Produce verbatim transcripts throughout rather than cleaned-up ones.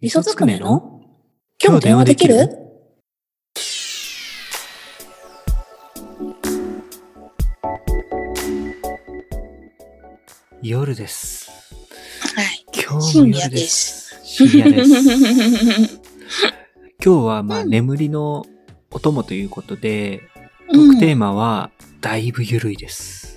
磯つくねの今日電話できる？ 夜です。 はい。 今日も夜です。深夜です。今日はまあ、うん、眠りのお供ということで、トークテーマはだいぶ緩いです。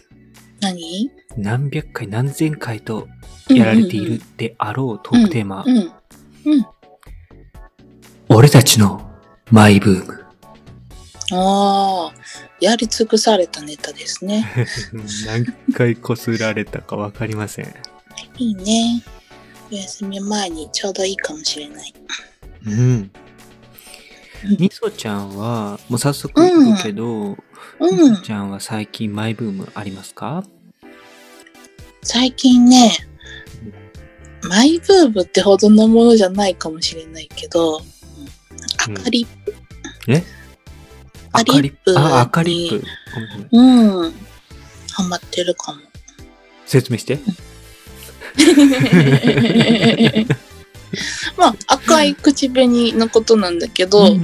何？ 何百回何千回とやられているであろうトークテーマ。 うんうんうん、 俺たちのマイブーム。 ああ、やり尽くされたネタですね。 何回こすられたかわかりません。 いいね。お休み前にちょうどいいかもしれない。 うん。みそちゃんは、もう早速言うけど、うん、みそちゃんは最近マイブームありますか？ 最近ね、マイブームってほどのものじゃないかもしれないけど、赤リップ。 うん、え赤リップに。 あ、赤リップ。 うん。ハマってるかも。 説明して。 まあ、赤い口紅のことなんだけど、うん、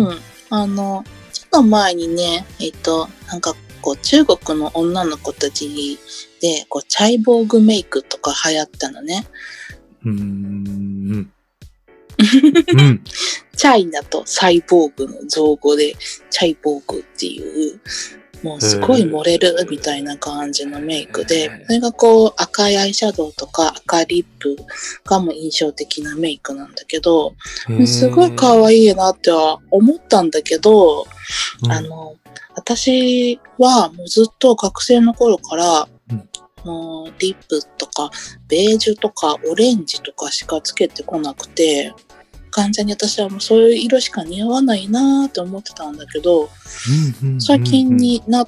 うん。あの、ちょっと前にね、えっと、なんかこう、中国の女の子たちで、こう、チャイボーグメイクとか流行ったのね。 うーん。うん、 チャイナとサイボーグの造語でチャイボーグっていうもうすごい漏れるみたいな感じのメイクで、それがこう赤いアイシャドウとか赤リップがもう印象的なメイクなんだけど、すごい可愛いなっては思ったんだけど、うん、あの私はもうずっと学生の頃から、うんもうリップとかベージュとかオレンジとかしかつけてこなくて、完全に私はもうそういう色しか似合わないなーって思ってたんだけど、最近になって、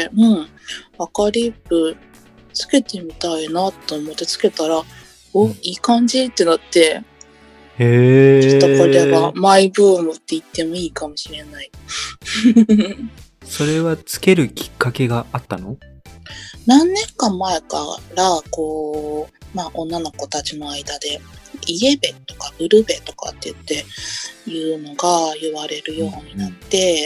うん、赤リップつけてみたいなと思ってつけたら、お、いい感じってなって、 へー。 ちょっとこれはマイブームって言ってもいいかもしれない。 それはつけるきっかけがあったの？ 何年か前から、こう、まあ女の子たちの間で、イエベとかブルベとかって言って言うのが言われるようになって、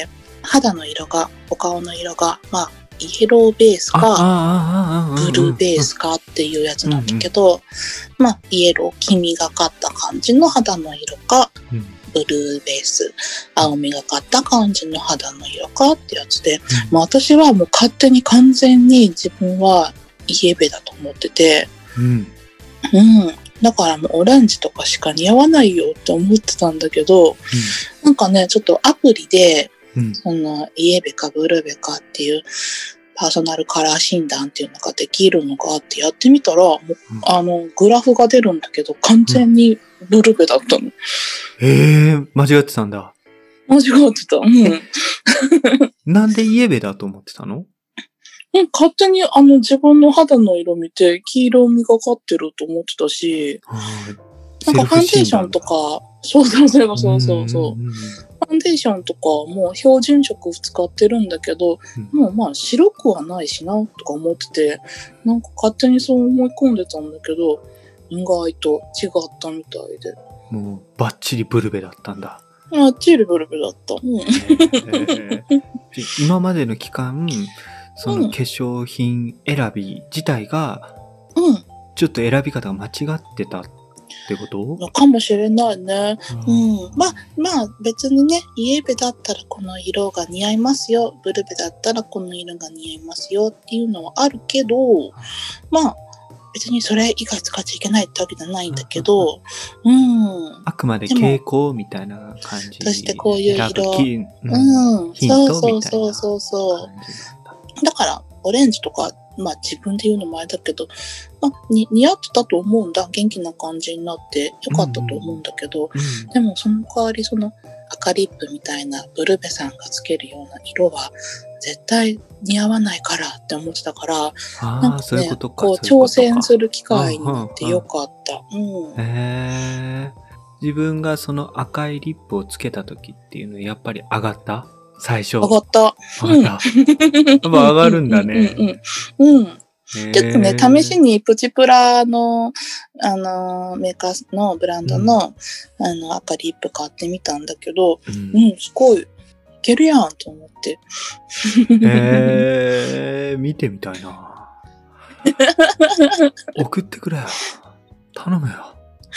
うん、肌の色が、お顔の色が、まあ、イエローベースか、ブルーベースかっていうやつなんだけど、うんうん、まあ、イエロー、黄みがかった感じの肌の色か、うんブルーベース、青みがかった感じの肌の色かってやつで、うんまあ、私はもう勝手に完全に自分はイエベだと思ってて、うん、うん、だからもうオレンジとかしか似合わないよって思ってたんだけど、うん、なんかねちょっとアプリで、うん、そのイエベかブルーベかっていうパーソナルカラー診断っていうのができるのがあってやってみたら、もううん、あのグラフが出るんだけど完全にブルベだったの。 うん、えー、間違ってたんだ。 間違ってた。うん。 なんでイエベだと思ってたの？ うん、勝手にあの自分の肌の色見て黄色みがかってると思ってたし、なんかファンデーションとか、そうそうそうそうそうそう。ファンデーションとかもう標準色使ってるんだけど、うん、もうまあ白くはないしなとか思ってて、なんか勝手にそう思い込んでたんだけど、意外と違ったみたいで。 もうバッチリブルベだったんだ。 バッチリブルベだった。うん、 えー、今までの期間、その化粧品選び自体が、うん、ちょっと選び方が間違ってたってことかもしれないね。うん。まあ、まあ別にね、イエベだったらこの色が似合いますよ。ブルベだったらこの色が似合いますよっていうのはあるけど、まあ別にそれ以外使っちゃいけないってわけじゃないんだけど、うん。 あくまで傾向みたいな感じ。 そしてこういう色。 うん。ヒントみたいな。 そうそうそうそう。だからオレンジとか、まあ自分で言うのもあれだけど、まあ、に似合ってたと思うんだ。元気な感じになってよかったと思うんだけど、うんうん、でもその代わりその赤リップみたいなブルベさんがつけるような色は絶対似合わないからって思ってたから、なんかね、こう挑戦する機会になってよかった。うん、 へー。自分がその赤いリップをつけた時っていうのはやっぱり上がった？最初。 上がった。 上がった。やっぱ上がるんだね。 うん、うんうん。 ちょっとね、試しにプチプラの、あの、メーカーのブランドの、うん、あの、赤リップ買ってみたんだけど、うん、うん、すごい、いけるやんと思って。 へえー、見てみたいな。送ってくれよ。頼むよ。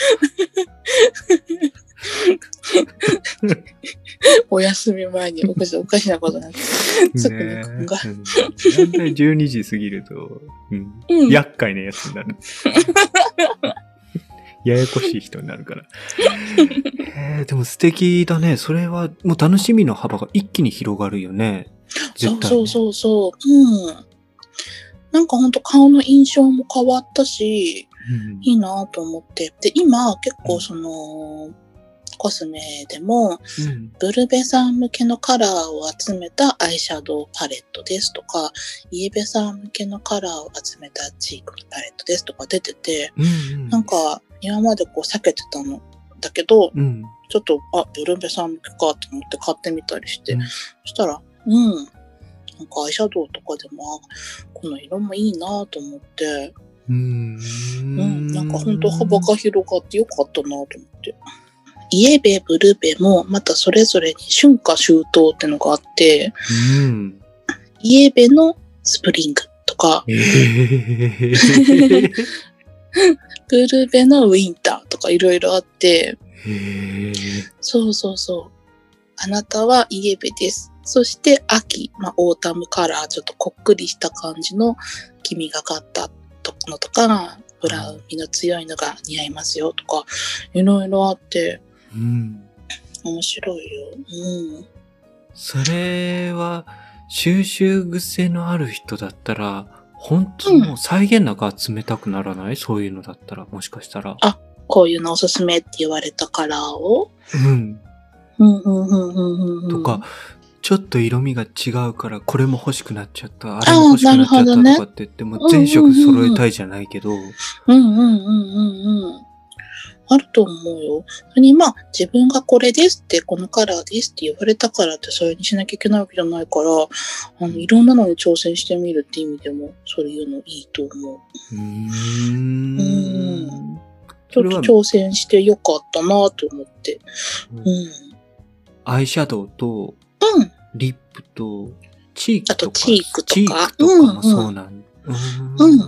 お休み前におかしおかしなことなんですつくねくんが。 だいたいじゅうにじ過ぎると、うんうん、厄介なやつになる。ややこしい人になるから。えー、でも素敵だね。それはもう楽しみの幅が一気に広がるよね。 絶対ね。そうそうそうそう。うん。なんかほんと顔の印象も変わったし、うん、いいなと思って。で、今結構その、うん、コスメでも、うん、ブルベさん向けのカラーを集めたアイシャドウパレットですとか、イエベさん向けのカラーを集めたチークのパレットですとか出てて、うんうん、なんか今までこう避けてたのだけど、うん、ちょっと、あ、ブルベさん向けかと思って買ってみたりして、うん、そしたら、うん、なんかアイシャドウとかでも、この色もいいなと思って、うん、うん、なんか本当幅が広がってよかったなと思って。イエベ、ブルベもまたそれぞれに春夏秋冬ってのがあって、うん、イエベのスプリングとか、えー、ブルベのウィンターとかいろいろあって、えー、そうそうそう。あなたはイエベです。そして秋、まあ、オータムカラー、ちょっとこっくりした感じの黄みがかったのとか、ブラウン味の強いのが似合いますよとか、いろいろあって、うん、面白いよ。うん。 それは収集癖のある人だったら本当もう際限なく集めたくならない、うん、そういうのだったらもしかしたら。 あ、こういうのおすすめって言われたカラーを。うん。 うんうんうんうんうん。とかちょっと色味が違うからこれも欲しくなっちゃった、あれも欲しくなっちゃったとかって言っても全色揃えたいじゃないけど。うんうんうんうんうん。あると思うよ。それにまあ自分がこれですってこのカラーですって言われたからってそれにしなきゃいけないわけじゃないから、あのいろんなのに挑戦してみるって意味でもそういうのいいと思う。うーん。うん。ちょっと挑戦してよかったなと思って。うん。うん、 アイシャドウと、うん、リップとチークとか。 あとチークとか。 チークとかもそうなんだ。うん。うん、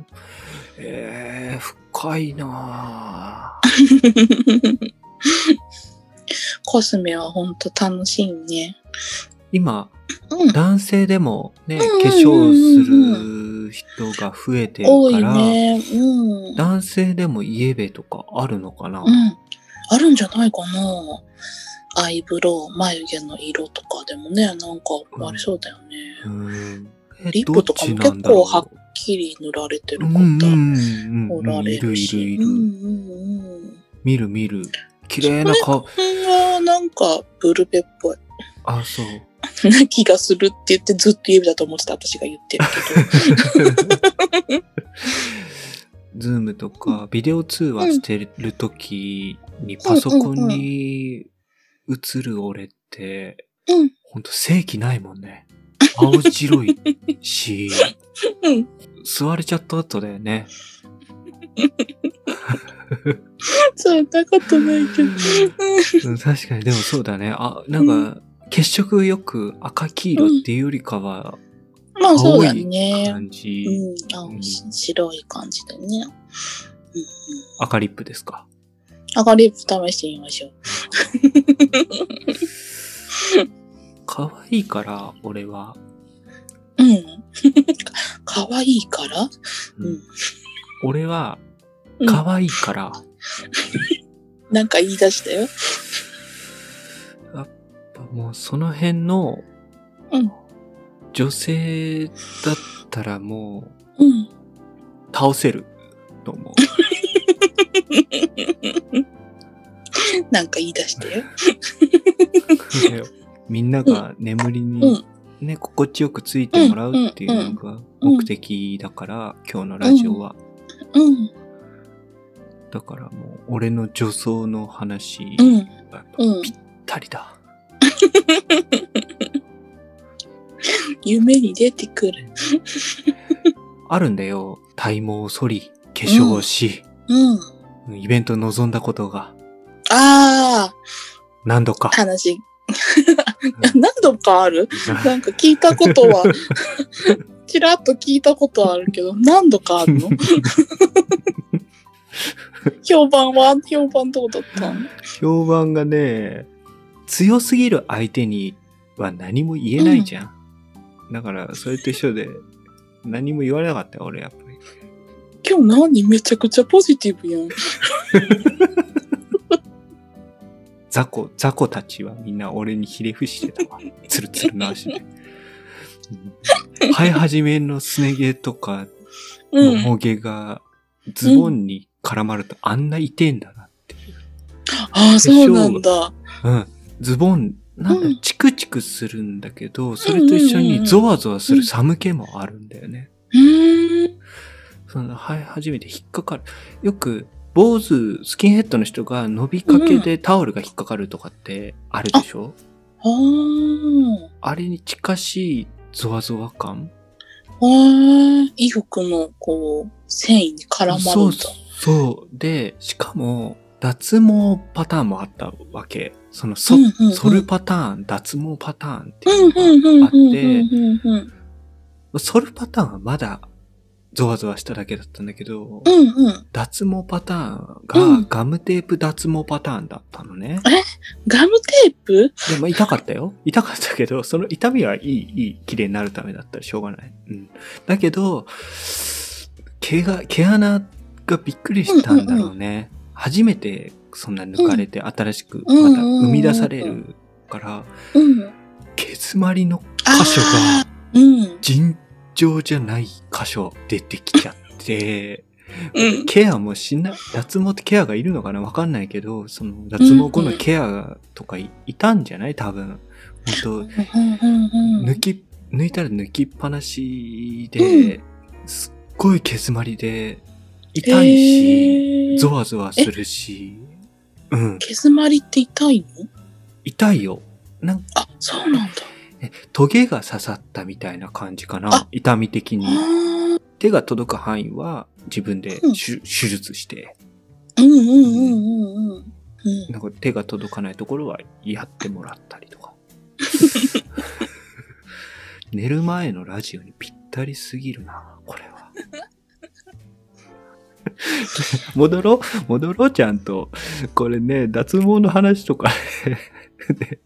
えー、深いなぁ。 コスメはほんと楽しいね。 今、うん、男性でもね、化粧する人が増えてるから、多いね。うん、男性でもイエベとかあるのかな、うん、 あるんじゃないかな。アイブロウ、眉毛の色とかでもね、なんかありそうだよね。うんうん、リップとかも結構はっきり塗られてる方おられるし。 いるいるいる。うんうんうん、見る見る。綺麗な顔。 はなんかブルベっぽい。 あ、そう。 な気がするって言ってずっと指だと思ってた私が言ってるけど。 ズームとかビデオ通話してるときにパソコンに映る俺って、うん、ほんと正気ないもんね。青白いし、うん、座れちゃった後だよね。 そんなことないけど。確かに、でもそうだね。あ、なんか、うん、血色よく赤黄色っていうよりかは、 うん、まあそうだね。 感じ。 うん、青、うん、白い感じでね、うん。 赤リップですか？ 赤リップ試してみましょう。 可愛いから、俺は。 うん。可愛いから、 うん、俺は、可愛いから。 うん、なんか言い出したよ。 やっぱもうその辺の、うん、女性だったらもう、うん、倒せると思う。 なんか言い出してよ。 みんなが眠りに、ね、心地よくついてもらうっていうのが目的だから、今日のラジオは。うんうん、だからもう、俺の女装の話がぴったりだ。 夢に出てくる。 あるんだよ。体毛を剃り、化粧をし、 うん。 イベント臨んだことが。 ああ。 何度か。 話。何度かあるなんか聞いたことは、ちらっと聞いたことはあるけど、何度かあるの評判は評判どうだったの？ 評判がね、強すぎる相手には何も言えないじゃん。うん、だから、それと一緒で、何も言われなかったよ、俺やっぱり。 今日何めちゃくちゃポジティブやん。 雑魚、雑魚たちはみんな俺にひれ伏してたわ。ツルツルの足で。生え始めのすね毛とか、もも毛がズボンに絡まるとあんな痛えんだなっていう。 ああ、そうなんだ。 うん。ズボン、なんだ、うん、チクチクするんだけど、それと一緒にゾワゾワする寒気もあるんだよね。 うん。 その生え始めて引っかかる。よく、坊主、スキンヘッドの人が伸びかけでタオルが引っかかるとかってあるでしょ？ うん、あ, あれに近しいゾワゾワ感？ あ衣服のこう繊維に絡まるんだ。 そうそう。で、しかも脱毛パターンもあったわけ。そのそ、うんうんうん、剃るパターン、脱毛パターンっていうのがあって、剃るパターンはまだゾワゾワしただけだったんだけど、 うんうん、 脱毛パターンがガムテープ脱毛パターンだったのね。 え？ガムテープ？ でも痛かったよ。痛かったけど、その痛みはいい、いい、綺麗になるためだったらしょうがない。うん。だけど、毛が、毛穴がびっくりしたんだろうね。うんうんうん、初めてそんな抜かれて新しくまた生み出されるから、 うん、 毛詰まりの箇所が尋常じゃない箇所出てきちゃって、うん、ケアもしない、脱毛ってケアがいるのかなわかんないけど、その脱毛後のケアとか い, いたんじゃない多分。本当、抜き、抜いたら抜きっぱなしで、うん、すっごい毛詰まりで、痛いし、ゾワゾワするし、うん。 毛詰まりって痛いの？ 痛いよ。なんあ、そうなんだ。 え、トゲが刺さったみたいな感じかな。痛み的に。手が届く範囲は自分で、うん、手術して。 うんうんうんうんうん。 なんか手が届かないところはやってもらったりとか。寝る前のラジオにぴったりすぎるな、これは。戻ろう戻ろうちゃんと。これね、脱毛の話とかね。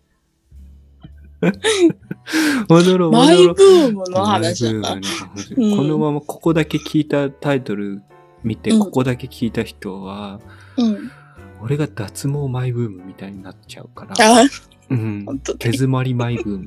戻ろう戻ろう。 マイブームの話だな。 このままここだけ聞いたタイトル見て、うん、ここだけ聞いた人は、うん、俺が脱毛マイブームみたいになっちゃうから。 あ、 うん、手詰まりマイブーム。うん、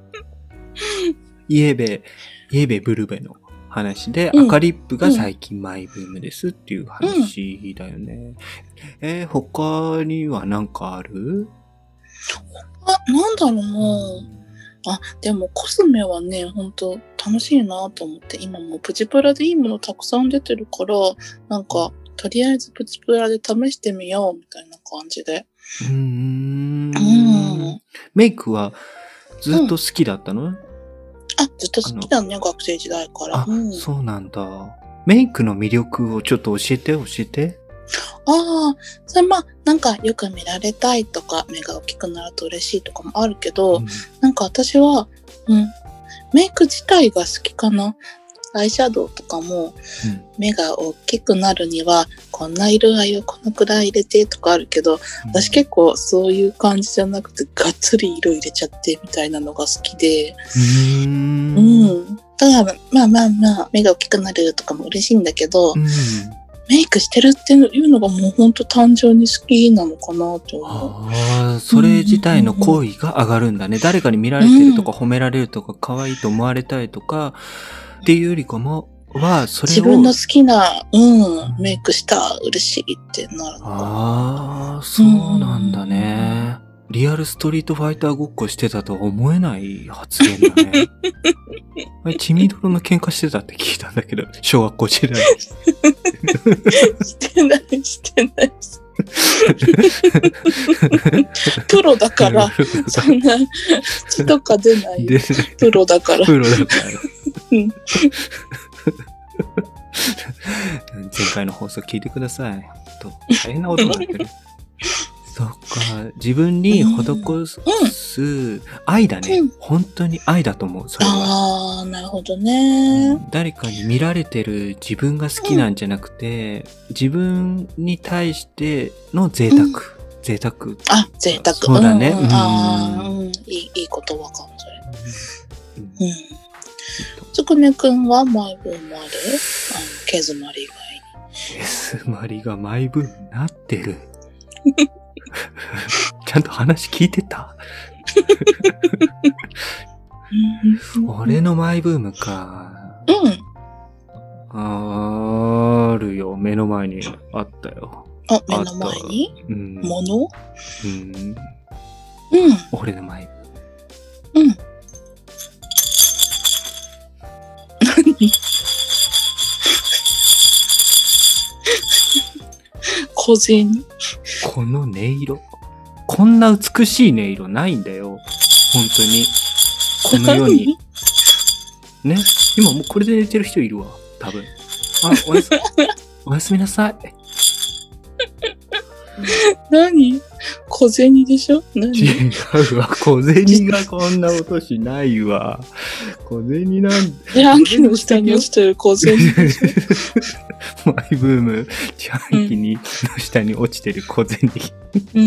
イエベ、イエベブルベの話で、うん、赤リップが最近マイブームですっていう話だよね。うん、えー、他には何かある？ あ、なんだろうな、うん、あ、でもコスメはね、ほんと楽しいなと思って、今もうプチプラでいいものたくさん出てるから、なんか、とりあえずプチプラで試してみようみたいな感じで。 うーん。うん。メイクはずっと好きだったの？うん、あ、 ずっと好きだね、学生時代から。 あ、うん、そうなんだ。メイクの魅力をちょっと教えて、教えて。 ああ、それまあ、なんかよく見られたいとか、目が大きくなると嬉しいとかもあるけど、うん、なんか私は、うん、メイク自体が好きかな。アイシャドウとかも、うん、目が大きくなるには、こんな色合いをこのくらい入れてとかあるけど、うん、私結構そういう感じじゃなくて、がっつり色入れちゃってみたいなのが好きで、 うーん、 うん。ただ、まあまあまあ、目が大きくなるとかも嬉しいんだけど、うん、メイクしてるっていうのがもう本当単純に好きなのかなと思う。 ああ、それ自体の行為が上がるんだね。うん、誰かに見られてるとか、うん、褒められるとか、可愛いと思われたいとか、っていうよりかもは、それを。 自分の好きな、うん、メイクした、嬉しいってなるのか。 ああ、そうなんだね。うん、リアルストリートファイターごっこしてたとは思えない発言だね。あれ、血みどろの喧嘩してたって聞いたんだけど、小学校時代。 してない、してない。プロだから、そんな血とか出ない。プロだから。 プロだから。 前回の放送聞いてください。と大変な音になってる。そっか、自分に施す愛だね、うん。本当に愛だと思う、それは。 ああ、なるほどね、 うん。誰かに見られてる自分が好きなんじゃなくて、うん、自分に対しての贅沢。うん、贅沢。 あ、贅沢。 そうだね。 うんうん、ああ、うん、いい、いい言葉かも、それ。うん。うん、つくねくんはマイブームある？あの、毛詰まり以外に。 毛詰まりがマイブームになってる。ちゃんと話聞いてた？俺のマイブームか。 うん。 あるよ。目の前にあったよ。 あ、目の前に？うん。もの？ うん。うん。俺のマイブーム。うん。何？小銭。 この音色。こんな美しい音色ないんだよ。本当に。この世に。ね。今もうこれで寝てる人いるわ。多分。あ、おやす、おやすみなさい。 何？小銭でしょ？何？ 違うわ。小銭がこんな音しないわ。小銭なん自販機の下に落ちてる小銭でしょ？ マイブーム、自販機に、うん、の下に落ちてる小銭。 うん。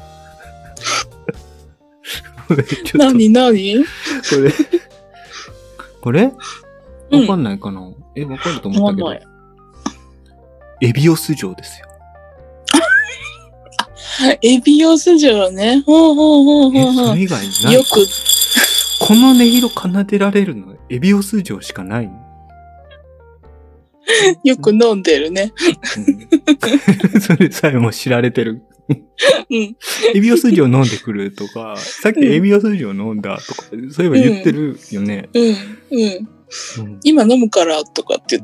何何？ これ、これわかんないかな、うん、え、わかると思ったけど。エビオス城ですよ。 エビオス城ね。ほうほうほうほうほう。 え、それ以外にない。 よく。 この音色奏でられるの、エビオス城しかない。 よく飲んでるね。 うん、それさえも知られてる。うん、エビオス城飲んでくるとか、さっきエビオス城飲んだとか、そういえば言ってるよね。 うん、うん、うん。今飲むからとかって言って。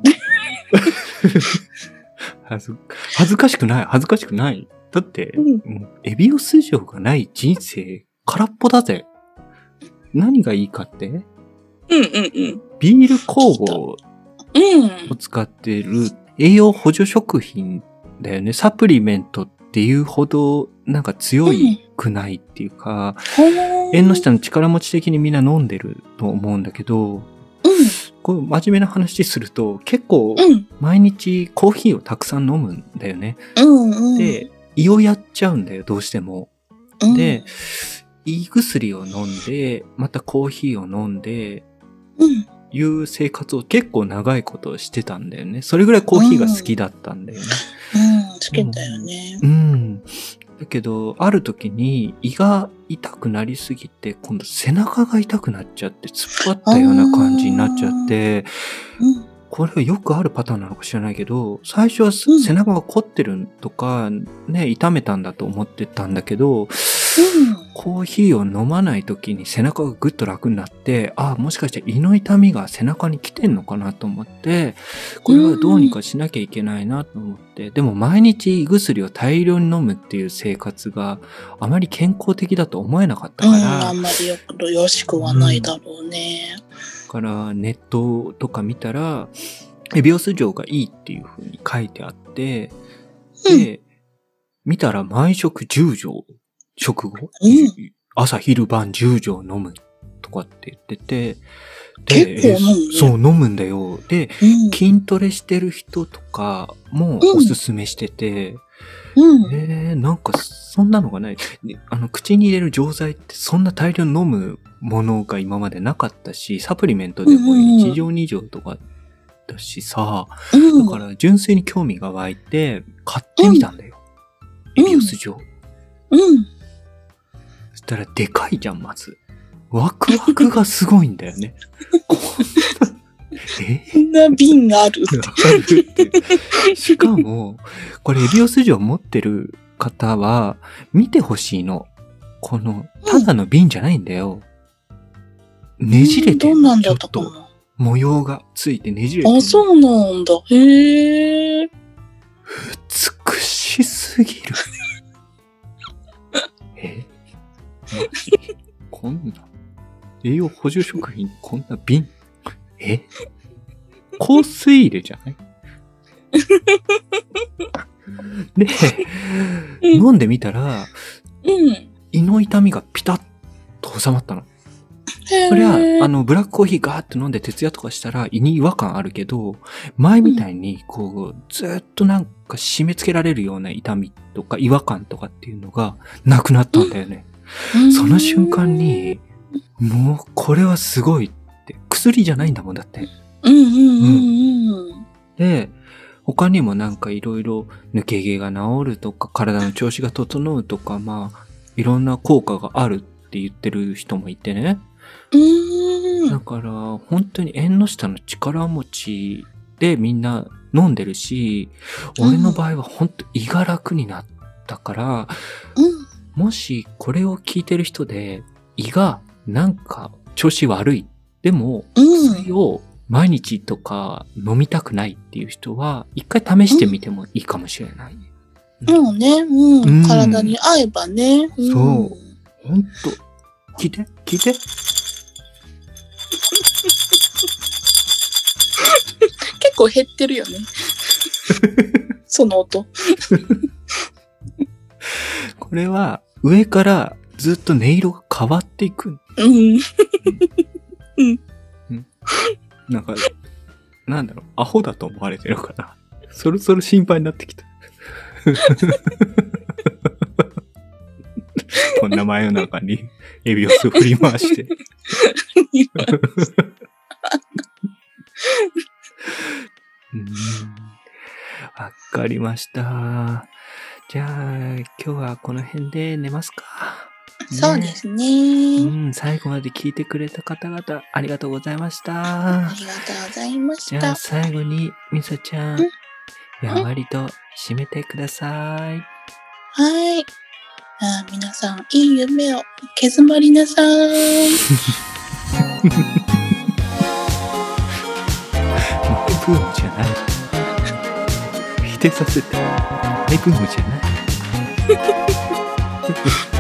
恥ず、恥ずかしくない、恥ずかしくない。だって、うん、エビオス城がない人生、空っぽだぜ。何がいいかって？ うんうんうん。 ビール酵母を使っている栄養補助食品だよね。サプリメントっていうほどなんか強いくないっていうか、うん、縁の下の力持ち的にみんな飲んでると思うんだけど、うん、こう真面目な話すると結構毎日コーヒーをたくさん飲むんだよね。 うんうん、 で、胃をやっちゃうんだよ、どうしても。うん、で、胃薬を飲んで、またコーヒーを飲んで、うん、いう生活を結構長いことしてたんだよね。それぐらいコーヒーが好きだったんだよね。 うん、うん、好きだよね。 うん。うんだけど、ある時に胃が痛くなりすぎて、今度背中が痛くなっちゃって、突っ張ったような感じになっちゃって、うん、これはよくあるパターンなのか知らないけど、最初は背中が凝ってるとか、ね、痛めたんだと思ってたんだけど、うん、コーヒーを飲まない時に背中がぐっと楽になって、ああ、もしかして胃の痛みが背中に来てんのかなと思って、これはどうにかしなきゃいけないなと思って、でも毎日胃薬を大量に飲むっていう生活があまり健康的だと思えなかったから、うん、 あんまりよくよろしくはないだろうね。 だからネットとか見たら、エビオス城がいいっていう風に書いてあって、で、うん、見たら毎食じゅう錠食後、うん、朝昼晩じゅう錠飲むとかって言ってて、 で、結構飲むね。 そう飲むんだよ。で、うん、筋トレしてる人とかもおすすめしてて、うん、えー、なんかそんなのがない。あの口に入れる錠剤ってそんな大量に飲むものが今までなかったし、サプリメントでもいち錠に錠とかだしさ、うん、だから純粋に興味が湧いて買ってみたんだよ。うん、エビオス錠。 うん。うんそしたらでかいじゃん、まず。ワクワクがすごいんだよね。 えこんな瓶があるってしかも、これエビオス錠持ってる方は見てほしいの。この、ただの瓶じゃないんだよ。ねじれてるの、ちょっと。模様がついてねじれてる。 あ、そうなんだ。へえ。 美しすぎる。えこんな栄養補助食品こんな瓶え香水入れじゃないで、 うん飲んでみたら、 うん。 胃の痛みがピタッと収まったの。 へそりゃ、 ーあの、ブラックコーヒーガーって飲んで徹夜とかしたら胃に違和感あるけど、前みたいに、こう、ずっとなんか締め付けられるような痛みとか違和感とかっていうのがなくなったんだよね。その瞬間に、もう、これはすごいって。薬じゃないんだもんだって。 うんうんうんうん。 で、他にもなんかいろいろ抜け毛が治るとか、体の調子が整うとか、まあ、いろんな効果があるって言ってる人もいてね。 うーん。 だから、本当に縁の下の力持ちでみんな飲んでるし、俺の場合は本当胃が楽になったから、 うん。 もしこれを聞いてる人で胃がなんか調子悪い、でもうん薬を毎日とか飲みたくないっていう人は一回試してみてもいいかもしれない。 うんね。うん。 うん体に合えばね。うん、 そう。ほんと。聞いて聞いて結構減ってるよね。その音。 これは上からずっと音色が変わっていく。 うん。うん。 なんか、なんだろう、アホだと思われてるのかな。そろそろ心配になってきた。こんな真夜中にエビを振り回して。うん、わかりました。じゃあ、今日はこの辺で寝ますか。ね、 そうですね。 うん、最後まで聞いてくれた方々、ありがとうございました。 ありがとうございました。 じゃあ最後に、みさちゃん、 うん、 やわりと締めてください。 はい。あ、皆さん、いい夢をけずまりなさい。マイブームじゃない。否定させて。マイブームじゃない。